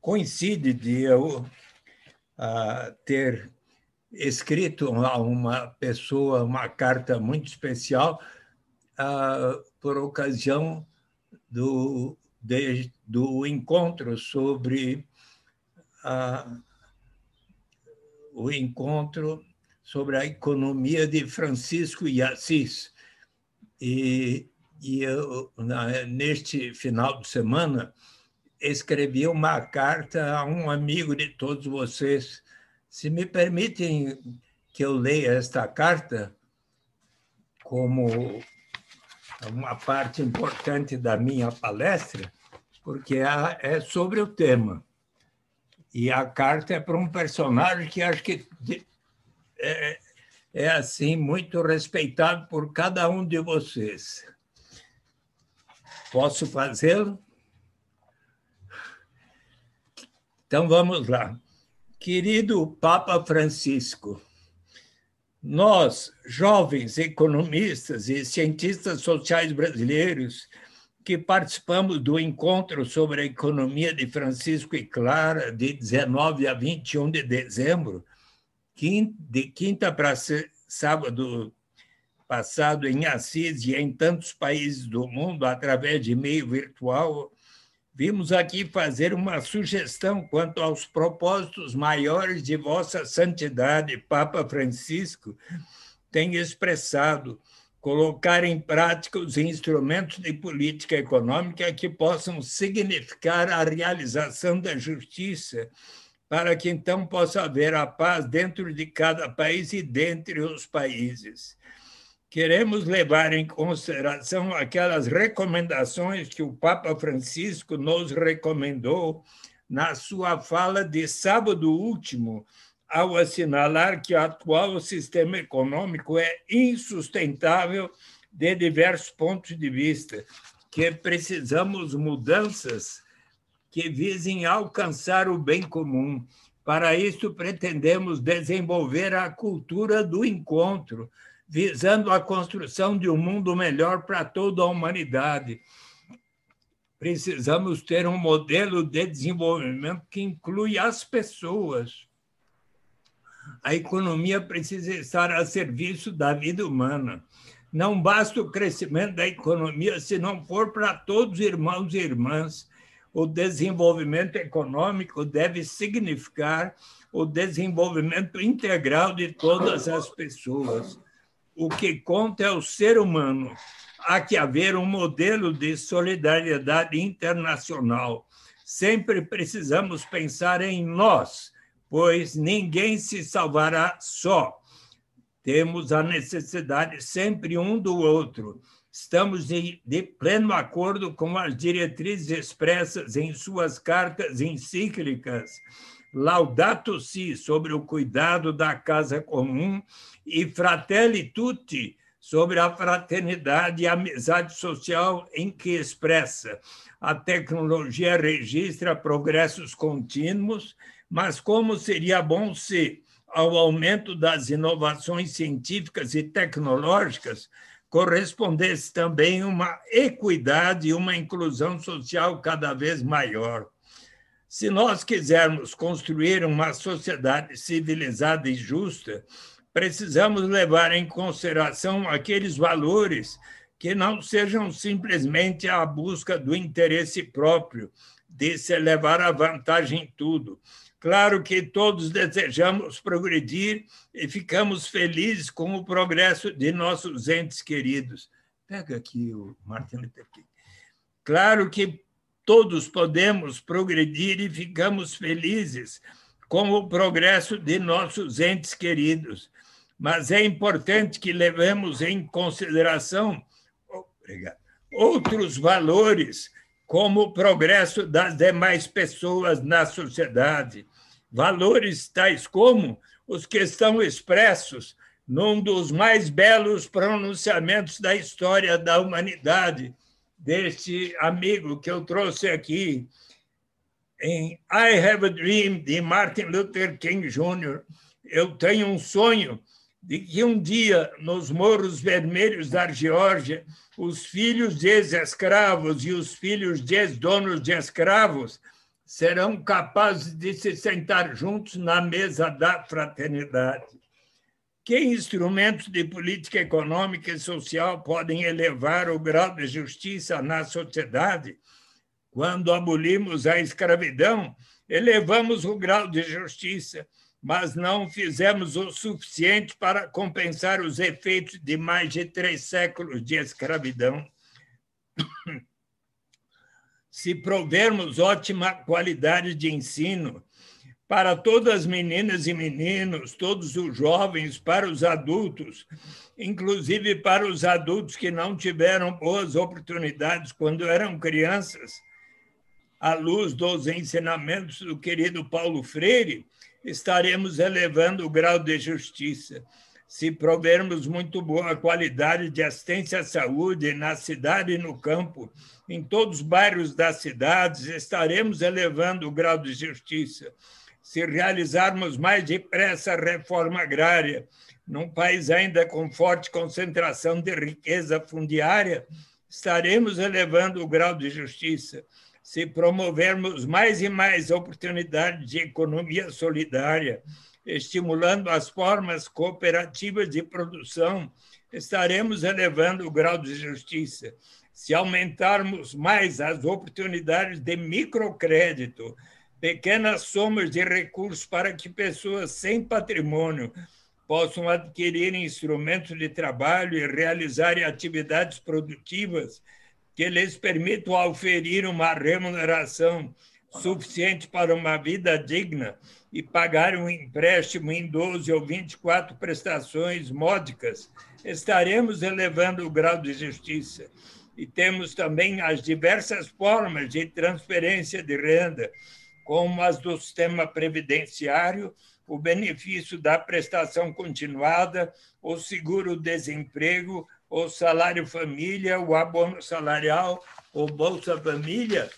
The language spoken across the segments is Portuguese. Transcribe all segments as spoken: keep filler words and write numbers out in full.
coincide de eu uh, ter escrito a uma pessoa uma carta muito especial uh, por ocasião do, de, do encontro sobre uh, o encontro sobre a economia de Francisco de Assis. E, e eu, na, neste final de semana, escrevi uma carta a um amigo de todos vocês. Se me permitem que eu leia esta carta como uma parte importante da minha palestra, porque é sobre o tema. E a carta é para um personagem que acho que é, é assim, muito respeitado por cada um de vocês. Posso fazê-lo? Então, vamos lá. Querido Papa Francisco, nós, jovens economistas e cientistas sociais brasileiros, que participamos do encontro sobre a economia de Francisco e Clara, de dezenove a vinte e um de dezembro, de quinta para sábado passado em Assis e em tantos países do mundo, através de meio virtual, vimos aqui fazer uma sugestão quanto aos propósitos maiores de Vossa Santidade, Papa Francisco, tem expressado, colocar em prática os instrumentos de política econômica que possam significar a realização da justiça, para que então possa haver a paz dentro de cada país e dentre os países. Queremos levar em consideração aquelas recomendações que o Papa Francisco nos recomendou na sua fala de sábado último, ao assinalar que o atual sistema econômico é insustentável de diversos pontos de vista, que precisamos mudanças que visem alcançar o bem comum. Para isso, pretendemos desenvolver a cultura do encontro, visando a construção de um mundo melhor para toda a humanidade. Precisamos ter um modelo de desenvolvimento que inclui as pessoas. A economia precisa estar a serviço da vida humana. Não basta o crescimento da economia se não for para todos irmãos e irmãs. O desenvolvimento econômico deve significar o desenvolvimento integral de todas as pessoas. O que conta é o ser humano. Há que haver um modelo de solidariedade internacional. Sempre precisamos pensar em nós, pois ninguém se salvará só. Temos a necessidade sempre um do outro. Estamos de, de pleno acordo com as diretrizes expressas em suas cartas encíclicas Laudato Si, sobre o cuidado da casa comum, e Fratelli Tutti, sobre a fraternidade e amizade social, em que expressa: a tecnologia registra progressos contínuos, mas como seria bom se, ao aumento das inovações científicas e tecnológicas, correspondesse também uma equidade e uma inclusão social cada vez maior. Se nós quisermos construir uma sociedade civilizada e justa, precisamos levar em consideração aqueles valores que não sejam simplesmente a busca do interesse próprio, de se levar a vantagem em tudo. Claro que todos desejamos progredir e ficamos felizes com o progresso de nossos entes queridos. Pega aqui o Martin Luther King. Claro que todos podemos progredir e ficamos felizes com o progresso de nossos entes queridos, mas é importante que levemos em consideração obrigado, outros valores, como o progresso das demais pessoas na sociedade. Valores tais como os que estão expressos num dos mais belos pronunciamentos da história da humanidade, deste amigo que eu trouxe aqui, em I Have a Dream, de Martin Luther King Júnior Eu tenho um sonho de que um dia, nos Morros Vermelhos da Geórgia, os filhos de ex-escravos e os filhos de ex-donos de escravos serão capazes de se sentar juntos na mesa da fraternidade. Que instrumentos de política econômica e social podem elevar o grau de justiça na sociedade? Quando abolimos a escravidão, elevamos o grau de justiça, mas não fizemos o suficiente para compensar os efeitos de mais de três séculos de escravidão. Se provermos ótima qualidade de ensino para todas as meninas e meninos, todos os jovens, para os adultos, inclusive para os adultos que não tiveram boas oportunidades quando eram crianças, à luz dos ensinamentos do querido Paulo Freire, estaremos elevando o grau de justiça. Se provermos muito boa qualidade de assistência à saúde na cidade e no campo, em todos os bairros das cidades, estaremos elevando o grau de justiça. Se realizarmos mais depressa a reforma agrária, num país ainda com forte concentração de riqueza fundiária, estaremos elevando o grau de justiça. Se promovermos mais e mais oportunidades de economia solidária, estimulando as formas cooperativas de produção, estaremos elevando o grau de justiça. Se aumentarmos mais as oportunidades de microcrédito, pequenas somas de recursos para que pessoas sem patrimônio possam adquirir instrumentos de trabalho e realizarem atividades produtivas que lhes permitam oferir uma remuneração suficiente para uma vida digna e pagar um empréstimo em doze ou vinte e quatro prestações módicas, estaremos elevando o grau de justiça. E temos também as diversas formas de transferência de renda, como as do sistema previdenciário, o benefício da prestação continuada, o seguro-desemprego, o salário-família, o abono salarial, o Bolsa Família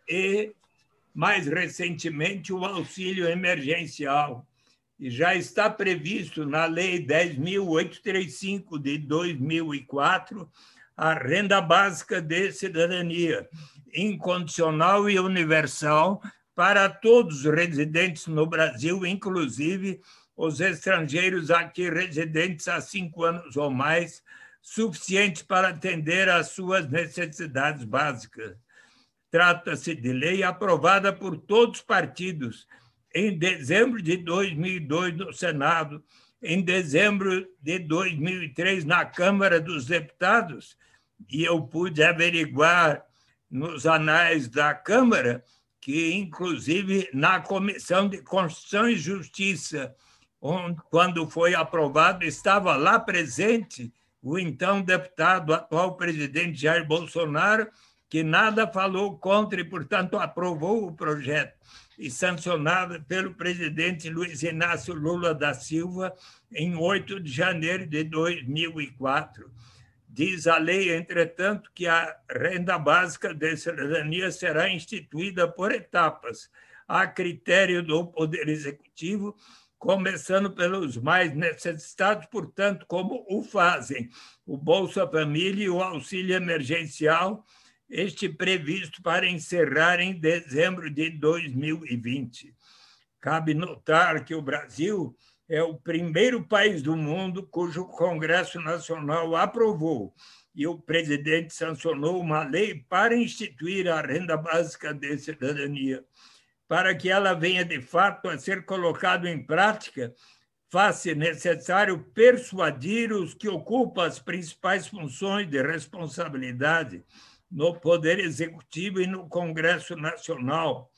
e, mais recentemente, o auxílio emergencial. E já está previsto na Lei dez mil oitocentos e trinta e cinco de dois mil e quatro a renda básica de cidadania, incondicional e universal, para todos os residentes no Brasil, inclusive os estrangeiros aqui residentes há cinco anos ou mais, suficiente para atender às suas necessidades básicas. Trata-se de lei aprovada por todos os partidos em dezembro de dois mil e dois no Senado, em dezembro de dois mil e três na Câmara dos Deputados, e eu pude averiguar nos anais da Câmara que, inclusive, na Comissão de Constituição e Justiça, onde, quando foi aprovado, estava lá presente o então deputado, atual presidente Jair Bolsonaro, que nada falou contra e, portanto, aprovou o projeto, e sancionado pelo presidente Luiz Inácio Lula da Silva em oito de janeiro de dois mil e quatro. Diz a lei, entretanto, que a renda básica de cidadania será instituída por etapas, a critério do Poder Executivo, começando pelos mais necessitados, portanto, como o fazem o Bolsa Família e o auxílio emergencial, este previsto para encerrar em dezembro de dois mil e vinte. Cabe notar que o Brasil é o primeiro país do mundo cujo Congresso Nacional aprovou e o presidente sancionou uma lei para instituir a renda básica de cidadania. Para que ela venha, de fato, a ser colocada em prática, faz-se necessário persuadir os que ocupam as principais funções de responsabilidade no Poder Executivo e no Congresso Nacional,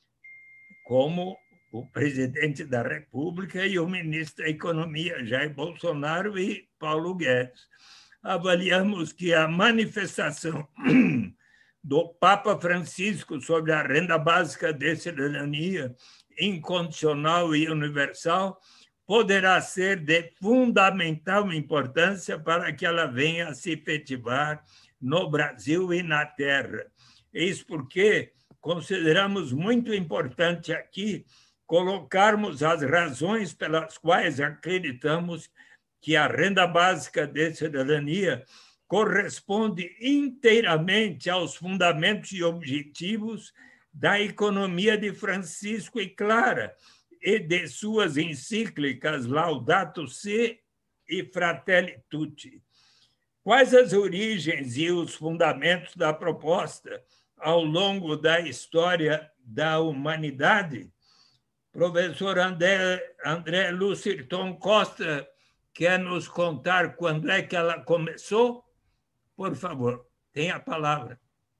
como o presidente da República e o ministro da Economia, Jair Bolsonaro e Paulo Guedes. Avaliamos que a manifestação do Papa Francisco sobre a renda básica de cidadania incondicional e universal poderá ser de fundamental importância para que ela venha a se efetivar no Brasil e na Terra. Isso porque consideramos muito importante aqui colocarmos as razões pelas quais acreditamos que a renda básica de cidadania corresponde inteiramente aos fundamentos e objetivos da economia de Francisco e Clara e de suas encíclicas Laudato Si e Fratelli Tutti. Quais as origens e os fundamentos da proposta ao longo da história da humanidade? Professor André, André Lucirton Costa quer nos contar quando é que ela começou? Por favor, tem a palavra.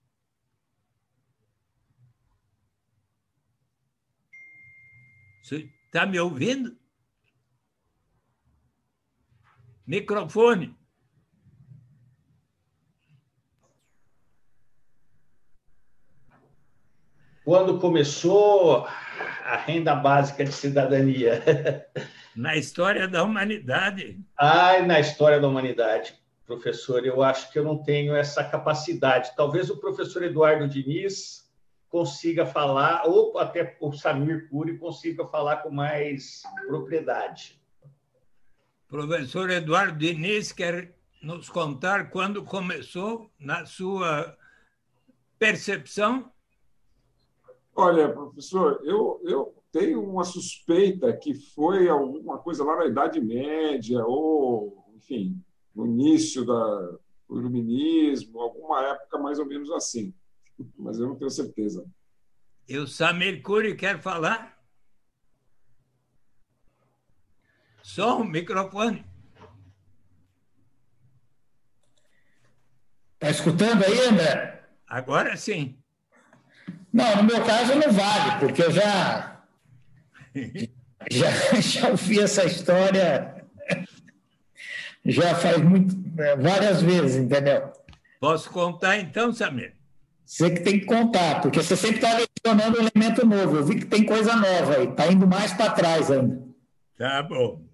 Está me ouvindo? Microfone. Quando começou a renda básica de cidadania? Na história da humanidade. Ah, na história da humanidade, professor, eu acho que eu não tenho essa capacidade. Talvez o professor Eduardo Diniz consiga falar, ou até o Samir Cury consiga falar com mais propriedade. Professor Eduardo Diniz quer nos contar quando começou, na sua percepção? Olha, professor, eu, eu tenho uma suspeita que foi alguma coisa lá na Idade Média, ou, enfim, no início da, do Iluminismo, alguma época mais ou menos assim, mas eu não tenho certeza. E o Samir Cury quer falar? Som, microfone. Está escutando aí, André? Agora sim. Não, no meu caso não vale, porque eu já, já, já ouvi essa história já faz muito, várias vezes, entendeu? Posso contar então, Samir? Você que tem que contar, porque você sempre está adicionando um elemento novo. Eu vi que tem coisa nova aí, está indo mais para trás ainda. Tá bom.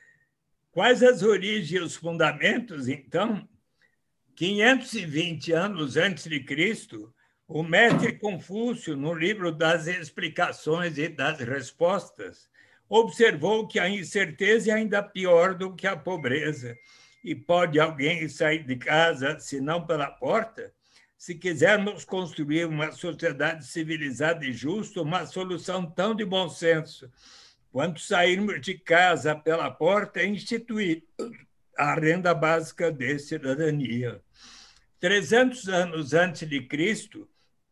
Quais as origens e os fundamentos, então? quinhentos e vinte anos antes de Cristo, o mestre Confúcio, no livro das explicações e das respostas, observou que a incerteza é ainda pior do que a pobreza. E pode alguém sair de casa, se não pela porta? Se quisermos construir uma sociedade civilizada e justa, uma solução tão de bom senso quanto sairmos de casa pela porta é instituir a renda básica de cidadania. trezentos anos antes de Cristo,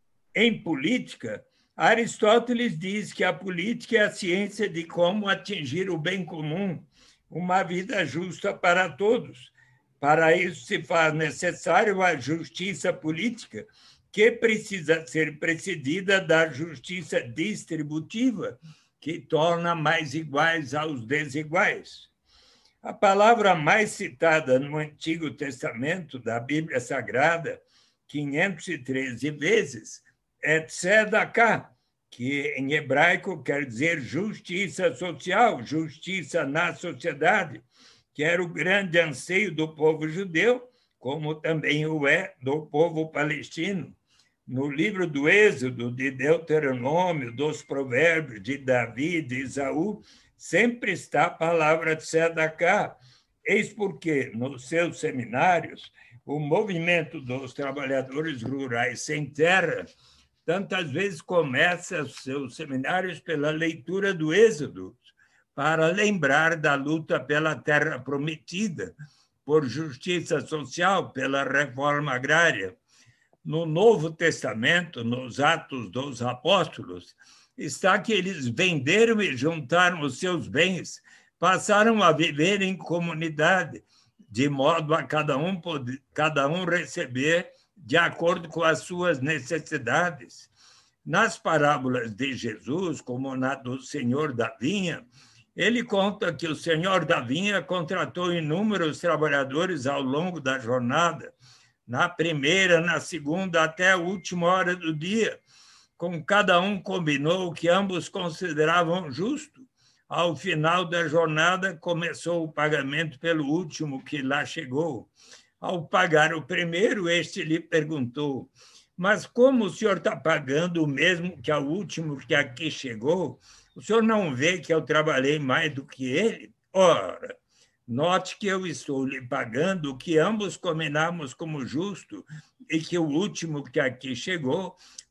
em política, Aristóteles diz que a política é a ciência de como atingir o bem comum, uma vida justa para todos. Para isso se faz necessário a justiça política, que precisa ser precedida da justiça distributiva, que torna mais iguais aos desiguais. A palavra mais citada no Antigo Testamento da Bíblia Sagrada, quinhentas e treze vezes, é tzedakah, que em hebraico quer dizer justiça social, justiça na sociedade, que era o grande anseio do povo judeu, como também o é do povo palestino. No livro do Êxodo, de Deuteronômio, dos Provérbios, de Davi, de Isaú, sempre está a palavra tzedakah. Eis porque, nos seus seminários, o movimento dos trabalhadores rurais sem terra tantas vezes começa os seus seminários pela leitura do Êxodo, para lembrar da luta pela terra prometida, por justiça social, pela reforma agrária. No Novo Testamento, nos Atos dos Apóstolos, está que eles venderam e juntaram os seus bens, passaram a viver em comunidade, de modo a cada um, poder, cada um receber de acordo com as suas necessidades. Nas parábolas de Jesus, como na do Senhor da Vinha, ele conta que o Senhor da Vinha contratou inúmeros trabalhadores ao longo da jornada, na primeira, na segunda, até a última hora do dia. Com cada um combinou o que ambos consideravam justo. Ao final da jornada, começou o pagamento pelo último que lá chegou. Ao pagar o primeiro, este lhe perguntou: mas como o senhor está pagando o mesmo que ao último que aqui chegou? O senhor não vê que eu trabalhei mais do que ele? Ora, note que eu estou lhe pagando o que ambos combinamos como justo e que o último que aqui chegou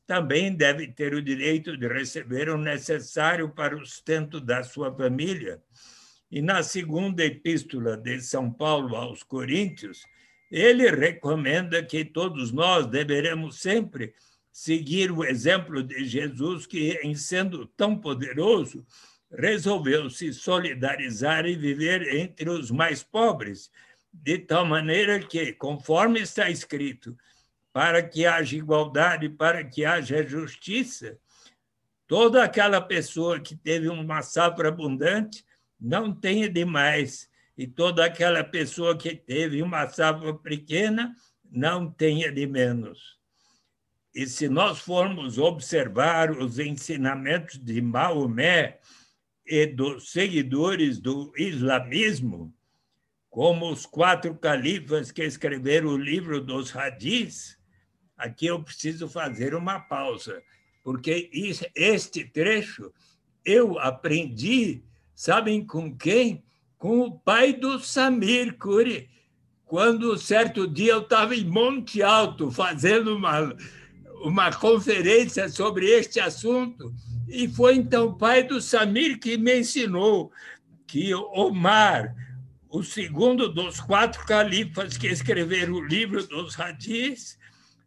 também deve ter o direito de receber o necessário para o sustento da sua família. E na segunda epístola de São Paulo aos Coríntios, ele recomenda que todos nós deveremos sempre seguir o exemplo de Jesus, que, em sendo tão poderoso, resolveu se solidarizar e viver entre os mais pobres, de tal maneira que, conforme está escrito, para que haja igualdade, para que haja justiça, toda aquela pessoa que teve uma safra abundante não tenha demais, e toda aquela pessoa que teve uma safra pequena não tenha de menos. E se nós formos observar os ensinamentos de Maomé e dos seguidores do islamismo, como os quatro califas que escreveram o livro dos hadis, aqui eu preciso fazer uma pausa, porque este trecho eu aprendi, sabem com quem? Com o pai do Samir Khoury, quando certo dia eu estava em Monte Alto fazendo uma, uma conferência sobre este assunto, e foi então o pai do Samir que me ensinou que Omar, o segundo dos quatro califas que escreveram o livro dos hadis,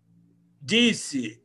disse: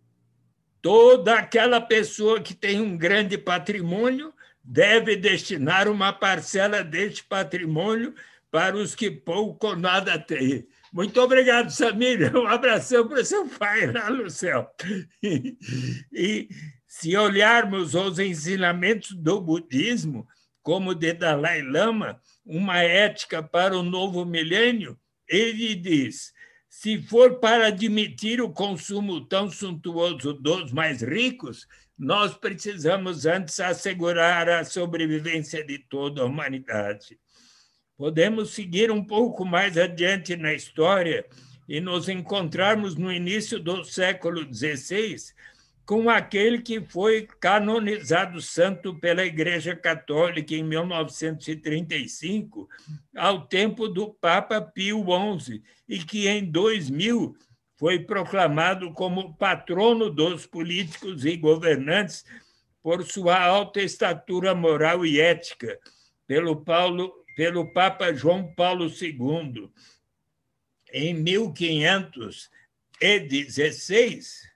toda aquela pessoa que tem um grande patrimônio deve destinar uma parcela deste patrimônio para os que pouco ou nada têm. Muito obrigado, Samir. Um abração para o seu pai lá no céu. E, e se olharmos os ensinamentos do budismo, como de Dalai Lama, uma ética para o novo milênio, ele diz: se for para admitir o consumo tão suntuoso dos mais ricos, nós precisamos antes assegurar a sobrevivência de toda a humanidade. Podemos seguir um pouco mais adiante na história e nos encontrarmos no início do século dezesseis com aquele que foi canonizado santo pela Igreja Católica em mil novecentos e trinta e cinco, ao tempo do Papa Pio onze, e que em dois mil foi proclamado como patrono dos políticos e governantes por sua alta estatura moral e ética, pelo, Paulo, pelo Papa João Paulo segundo. Em mil quinhentos e dezesseis,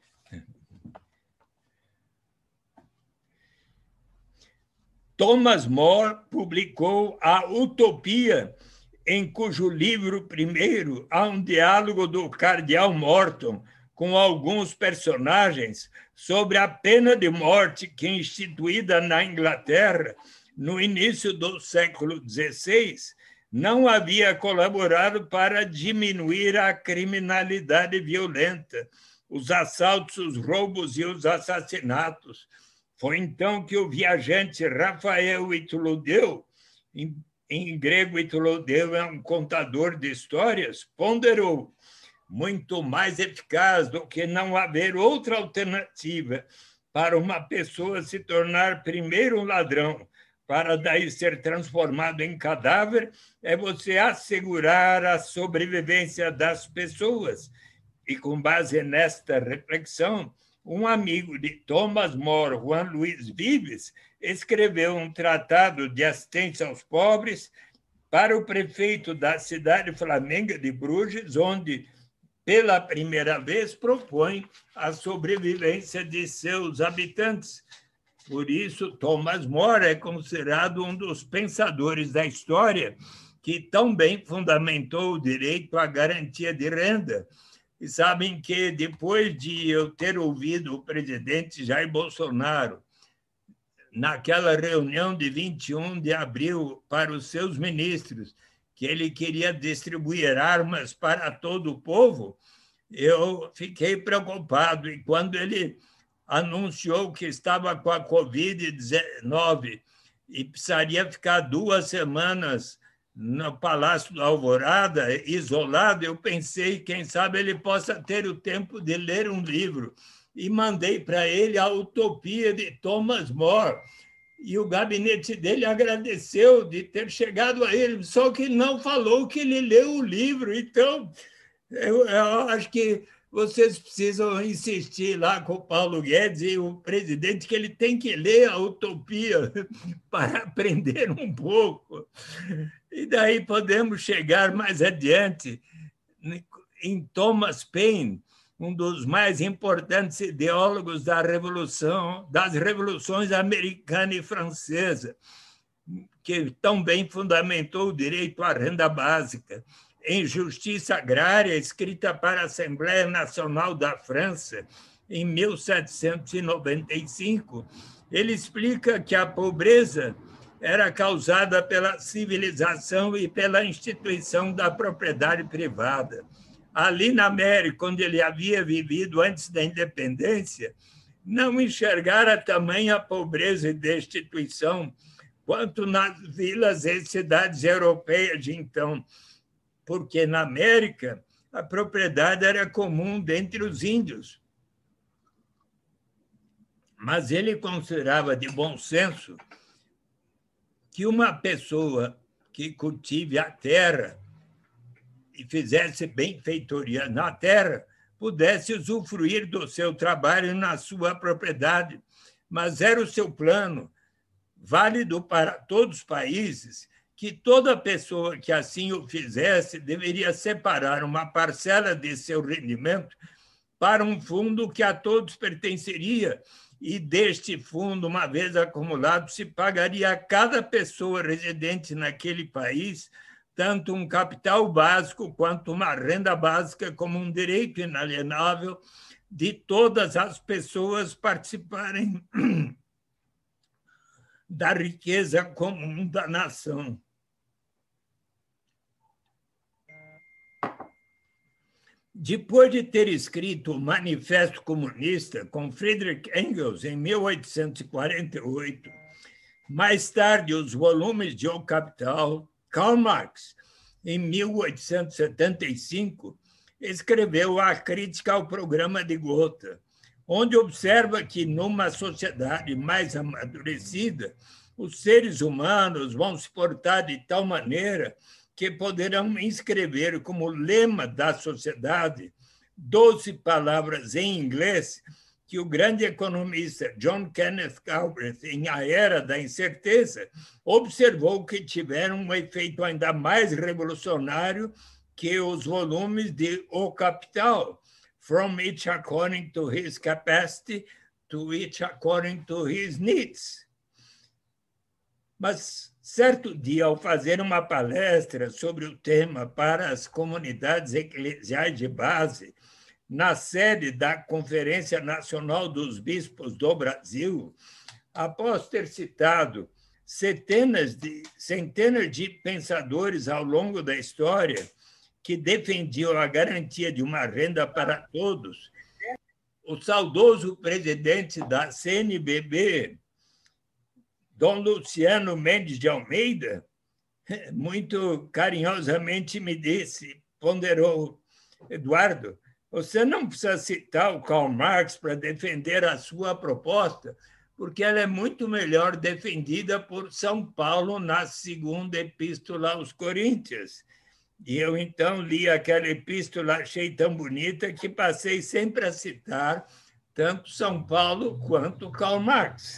Thomas More publicou A Utopia, em cujo livro primeiro há um diálogo do cardeal Morton com alguns personagens sobre a pena de morte que, instituída na Inglaterra no início do século dezesseis, não havia colaborado para diminuir a criminalidade violenta, os assaltos, os roubos e os assassinatos. Foi então que o viajante Rafael Ituludeu, em, em grego Ituludeu é um contador de histórias, ponderou: muito mais eficaz do que não haver outra alternativa para uma pessoa se tornar primeiro um ladrão, para daí ser transformado em cadáver, é você assegurar a sobrevivência das pessoas. E com base nesta reflexão, um amigo de Thomas More, Juan Luiz Vives, escreveu um tratado de assistência aos pobres para o prefeito da cidade flamenga de Bruges, onde, pela primeira vez, propõe a sobrevivência de seus habitantes. Por isso, Thomas More é considerado um dos pensadores da história que tão bem fundamentou o direito à garantia de renda. E sabem que, depois de eu ter ouvido o presidente Jair Bolsonaro, naquela reunião de vinte e um de abril, para os seus ministros, que ele queria distribuir armas para todo o povo, eu fiquei preocupado. E quando ele anunciou que estava com a covid dezenove e precisaria ficar duas semanas no Palácio da Alvorada, isolado, eu pensei, quem sabe ele possa ter o tempo de ler um livro. E mandei para ele A Utopia, de Thomas More. E o gabinete dele agradeceu de ter chegado a ele, só que não falou que ele leu o livro. Então, eu, eu acho que vocês precisam insistir lá com o Paulo Guedes e o presidente que ele tem que ler a Utopia para aprender um pouco. E daí podemos chegar mais adiante em Thomas Paine, um dos mais importantes ideólogos da revolução, das revoluções americana e francesa, que também fundamentou o direito à renda básica. Em Justiça Agrária, escrita para a Assembleia Nacional da França, em mil setecentos e noventa e cinco, ele explica que a pobreza era causada pela civilização e pela instituição da propriedade privada. Ali na América, onde ele havia vivido antes da independência, não enxergara tamanha pobreza e destituição quanto nas vilas e cidades europeias de então, porque na América a propriedade era comum dentre os índios. Mas ele considerava de bom senso que uma pessoa que cultive a terra e fizesse benfeitoria na terra pudesse usufruir do seu trabalho na sua propriedade. Mas era o seu plano, válido para todos os países, que toda pessoa que assim o fizesse deveria separar uma parcela de seu rendimento para um fundo que a todos pertenceria, e deste fundo, uma vez acumulado, se pagaria a cada pessoa residente naquele país tanto um capital básico quanto uma renda básica como um direito inalienável de todas as pessoas participarem da riqueza comum da nação. Depois de ter escrito o Manifesto Comunista com Friedrich Engels em mil oitocentos e quarenta e oito, mais tarde os volumes de O Capital, Karl Marx, em mil oitocentos e setenta e cinco, escreveu a Crítica ao Programa de Gotha, onde observa que numa sociedade mais amadurecida, os seres humanos vão se portar de tal maneira que poderão inscrever como lema da sociedade doze palavras em inglês que o grande economista John Kenneth Galbraith, em A Era da Incerteza, observou que tiveram um efeito ainda mais revolucionário que os volumes de O Capital, From Each According to His Capacity to Each According to His Needs. Mas certo dia, ao fazer uma palestra sobre o tema para as comunidades eclesiais de base, na sede da Conferência Nacional dos Bispos do Brasil, após ter citado centenas de, centenas de pensadores ao longo da história que defendiam a garantia de uma renda para todos, o saudoso presidente da C N B B, Dom Luciano Mendes de Almeida, muito carinhosamente me disse, ponderou, Eduardo, você não precisa citar o Karl Marx para defender a sua proposta, porque ela é muito melhor defendida por São Paulo na segunda epístola aos Coríntios. E eu, então, li aquela epístola, achei tão bonita que passei sempre a citar tanto São Paulo quanto Karl Marx.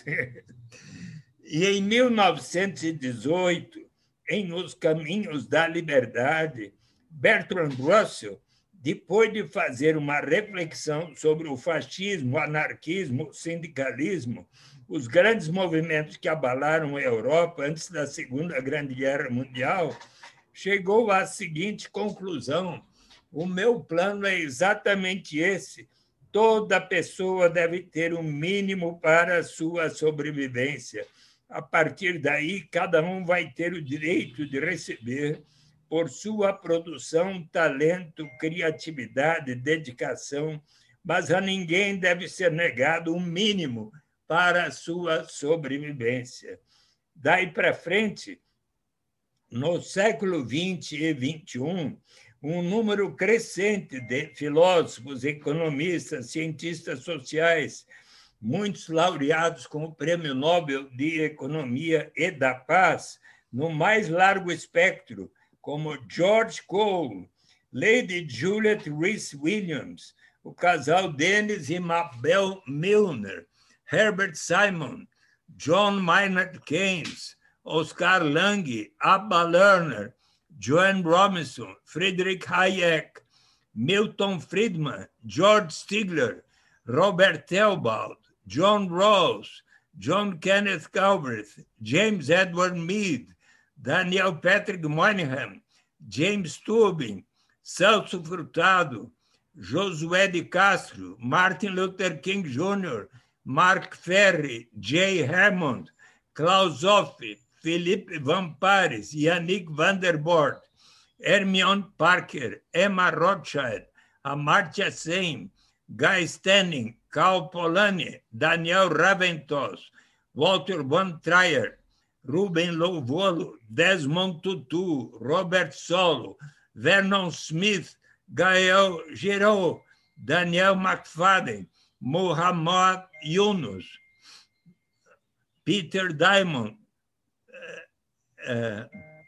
E em mil novecentos e dezoito, em Os Caminhos da Liberdade, Bertrand Russell, depois de fazer uma reflexão sobre o fascismo, o anarquismo, o sindicalismo, os grandes movimentos que abalaram a Europa antes da Segunda Grande Guerra Mundial, chegou à seguinte conclusão: o meu plano é exatamente esse. Toda pessoa deve ter um mínimo para a sua sobrevivência. A partir daí, cada um vai ter o direito de receber, por sua produção, talento, criatividade, dedicação, mas a ninguém deve ser negado um mínimo para a sua sobrevivência. Daí para frente, no século vinte e vinte e um, um número crescente de filósofos, economistas, cientistas sociais, muitos laureados com o Prêmio Nobel de Economia e da Paz, no mais largo espectro, como George Cole, Lady Juliet Rees Williams, o casal Dennis e Mabel Milner, Herbert Simon, John Maynard Keynes, Oscar Lange, Abba Lerner, Joanne Robinson, Friedrich Hayek, Milton Friedman, George Stigler, Robert Theobald, John Rawls, John Kenneth Galbraith, James Edward Mead, Daniel Patrick Moynihan, James Tobin, Celso Furtado, Josué de Castro, Martin Luther King Júnior, Mark Ferry, Jay Hammond, Klaus Hoff, Philippe Van Paris, Yannick van der Bort, Hermione Parker, Emma Rothschild, Amartya Sen, Guy Stenning, Karl Polanyi, Daniel Raventós, Walter von Trier, Ruben Louvolo, Desmond Tutu, Robert Solow, Vernon Smith, Gael Giraud, Daniel McFadden, Muhammad Yunus, Peter Diamond, uh, uh,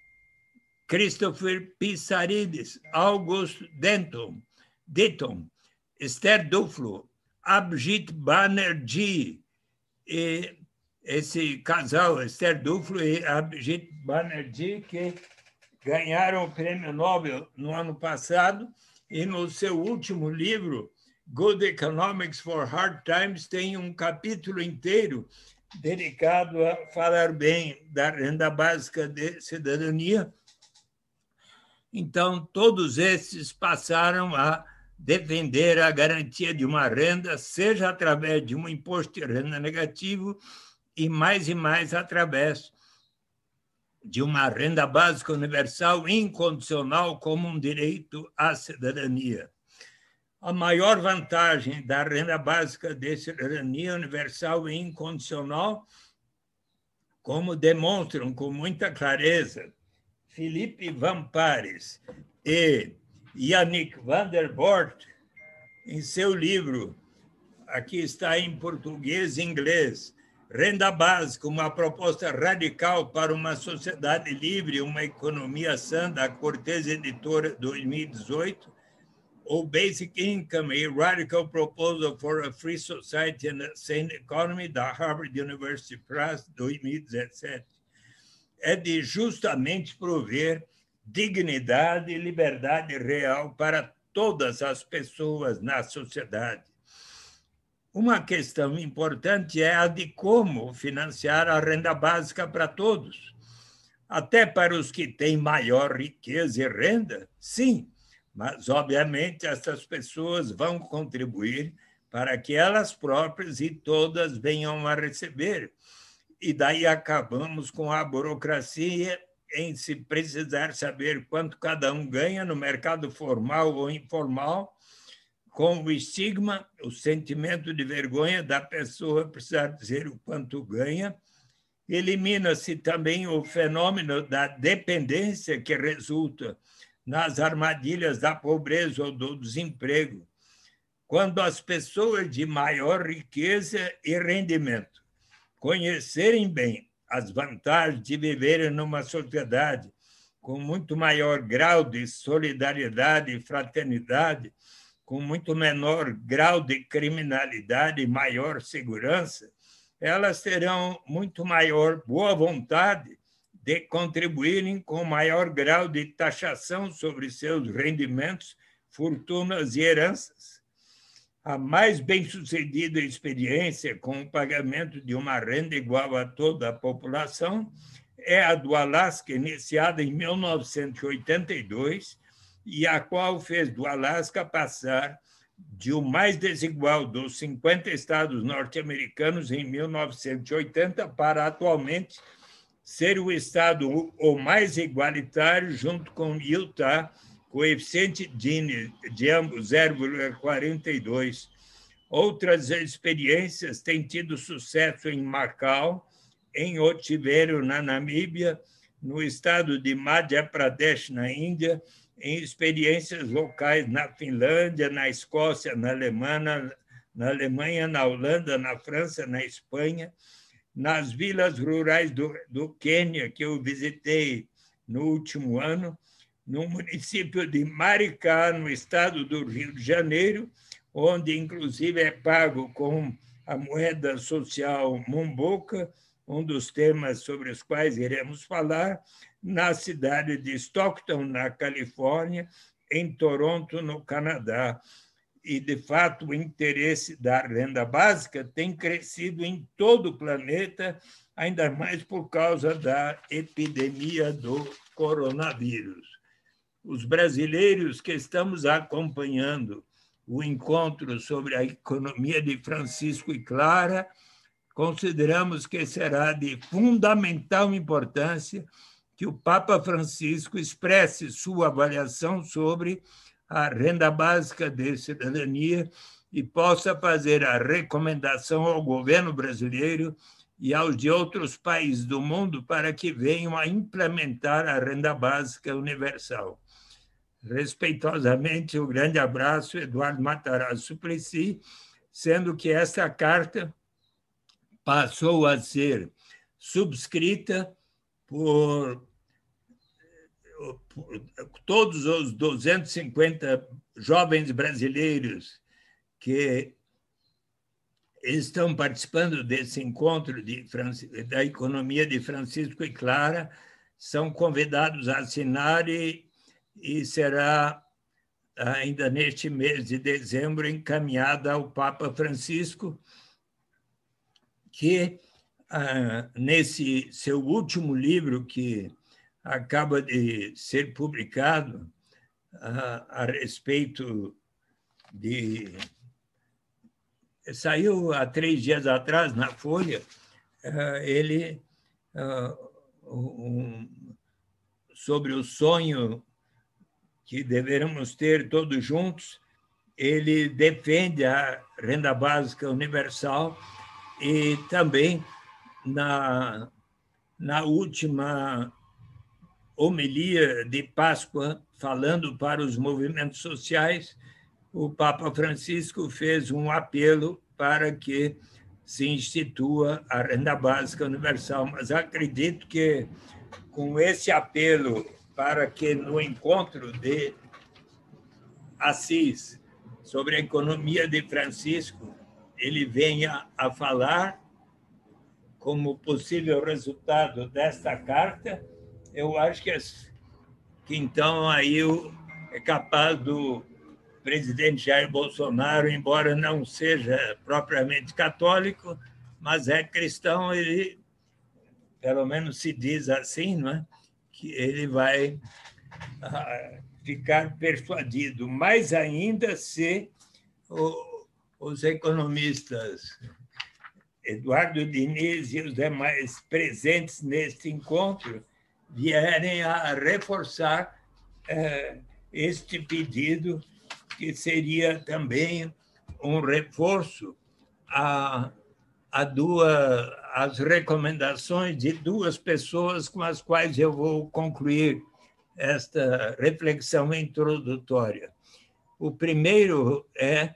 Christopher Pissarides, August Denton, Denton, Esther Duflo, Abhijit Banerjee, e esse casal, Esther Duflo e Abhijit Banerjee, que ganharam o Prêmio Nobel no ano passado, e no seu último livro, Good Economics for Hard Times, tem um capítulo inteiro dedicado a falar bem da renda básica de cidadania. Então, todos esses passaram a defender a garantia de uma renda, seja através de um imposto de renda negativo e mais e mais através de uma renda básica universal incondicional como um direito à cidadania. A maior vantagem da renda básica de cidadania universal e incondicional, como demonstram com muita clareza Philippe Van Paris e Yannick van der Bort, em seu livro, aqui está em português e inglês, Renda Básica, uma proposta radical para uma sociedade livre e uma economia sã, da Cortez Editora, dois mil e dezoito, ou Basic Income, a Radical Proposal for a Free Society and a Sane Economy, da Harvard University Press, dois mil e dezessete. É de justamente prover dignidade e liberdade real para todas as pessoas na sociedade. Uma questão importante é a de como financiar a renda básica para todos. Até para os que têm maior riqueza e renda, sim, mas, obviamente, essas pessoas vão contribuir para que elas próprias e todas venham a receber. E daí acabamos com a burocracia em se precisar saber quanto cada um ganha no mercado formal ou informal, com o estigma, o sentimento de vergonha da pessoa precisar dizer o quanto ganha. Elimina-se também o fenômeno da dependência que resulta nas armadilhas da pobreza ou do desemprego, quando as pessoas de maior riqueza e rendimento conhecerem bem as vantagens de viverem numa sociedade com muito maior grau de solidariedade e fraternidade, com muito menor grau de criminalidade e maior segurança, elas terão muito maior boa vontade de contribuírem com maior grau de taxação sobre seus rendimentos, fortunas e heranças. A mais bem-sucedida experiência com o pagamento de uma renda igual a toda a população é a do Alasca, iniciada em mil novecentos e oitenta e dois, e a qual fez do Alasca passar de o mais desigual dos cinquenta estados norte-americanos em mil novecentos e oitenta para atualmente ser o estado o mais igualitário, junto com Utah, coeficiente Gini de ambos zero vírgula quarenta e dois. Outras experiências têm tido sucesso em Macau, em Otiveiro, na Namíbia, no estado de Madhya Pradesh, na Índia, em experiências locais na Finlândia, na Escócia, na Alemanha, na Alemanha, na Holanda, na França, na Espanha, nas vilas rurais do, do Quênia, que eu visitei no último ano, no município de Maricá, no estado do Rio de Janeiro, onde, inclusive, é pago com a moeda social Mumboka, um dos temas sobre os quais iremos falar, na cidade de Stockton, na Califórnia, em Toronto, no Canadá. E, de fato, o interesse da renda básica tem crescido em todo o planeta, ainda mais por causa da epidemia do coronavírus. Os brasileiros que estamos acompanhando o encontro sobre a economia de Francisco e Clara, consideramos que será de fundamental importância que o Papa Francisco expresse sua avaliação sobre a renda básica de cidadania e possa fazer a recomendação ao governo brasileiro e aos de outros países do mundo para que venham a implementar a renda básica universal. Respeitosamente, um grande abraço, Eduardo Matarazzo Suplicy, sendo que esta carta passou a ser subscrita por, por todos os duzentos e cinquenta jovens brasileiros que estão participando desse encontro de, da economia de Francisco e Clara, são convidados a assinar e, e será, ainda neste mês de dezembro, encaminhada ao Papa Francisco, que, ah, nesse seu último livro, que acaba de ser publicado ah, a respeito de... Saiu há três dias atrás, na Folha, ah, ele... Ah, um, sobre o sonho que deveremos ter todos juntos, ele defende a renda básica universal e também, na, na última homilia de Páscoa, falando para os movimentos sociais, o Papa Francisco fez um apelo para que se institua a renda básica universal. Mas acredito que, com esse apelo para que no encontro de Assis sobre a economia de Francisco, ele venha a falar como possível resultado desta carta, eu acho que, que então aí é capaz do presidente Jair Bolsonaro, embora não seja propriamente católico, mas é cristão, ele, pelo menos se diz assim, não é? Que ele vai ah, ficar persuadido, mais ainda se o, os economistas Eduardo Diniz e os demais presentes neste encontro vierem a reforçar eh, este pedido, que seria também um reforço a, a duas, as recomendações de duas pessoas com as quais eu vou concluir esta reflexão introdutória. O primeiro é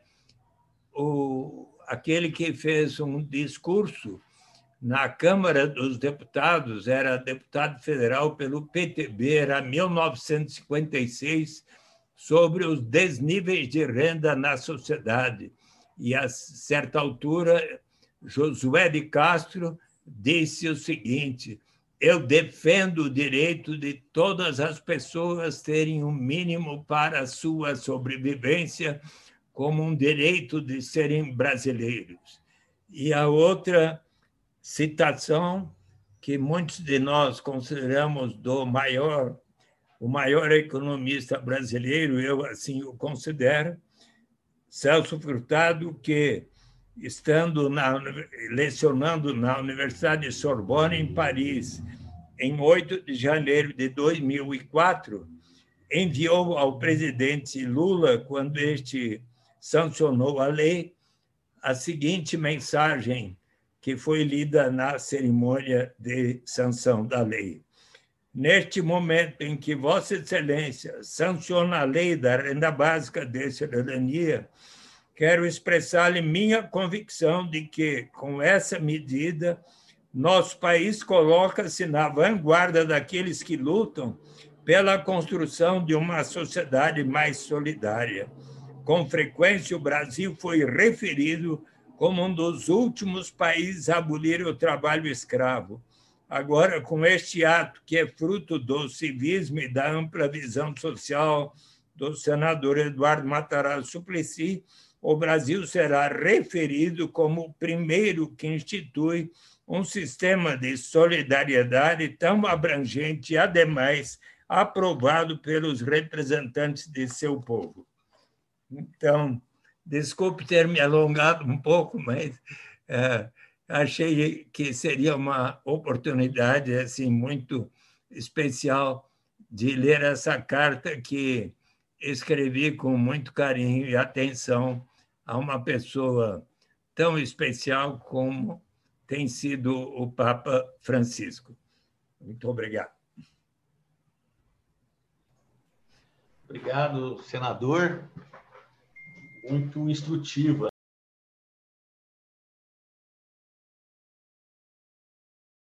o, aquele que fez um discurso na Câmara dos Deputados, era deputado federal pelo P T B, era mil novecentos e cinquenta e seis, sobre os desníveis de renda na sociedade. E, a certa altura, Josué de Castro disse o seguinte: eu defendo o direito de todas as pessoas terem um mínimo para a sua sobrevivência, como um direito de serem brasileiros. E a outra citação, que muitos de nós consideramos do maior, o maior economista brasileiro, eu assim o considero, Celso Furtado, que, estando na, lecionando na Universidade de Sorbonne, em Paris, em oito de janeiro de dois mil e quatro, enviou ao presidente Lula, quando este sancionou a lei, a seguinte mensagem, que foi lida na cerimônia de sanção da lei. Neste momento em que Vossa Excelência sanciona a lei da renda básica de cidadania, quero expressar-lhe minha convicção de que, com essa medida, nosso país coloca-se na vanguarda daqueles que lutam pela construção de uma sociedade mais solidária. Com frequência, o Brasil foi referido como um dos últimos países a abolir o trabalho escravo. Agora, com este ato, que é fruto do civismo e da ampla visão social do senador Eduardo Matarazzo Suplicy, o Brasil será referido como o primeiro que institui um sistema de solidariedade tão abrangente e, ademais, aprovado pelos representantes de seu povo. Então, desculpe ter me alongado um pouco, mas é, achei que seria uma oportunidade assim, muito especial de ler essa carta que escrevi com muito carinho e atenção a uma pessoa tão especial como tem sido o Papa Francisco. Muito obrigado. Obrigado, senador. Muito instrutiva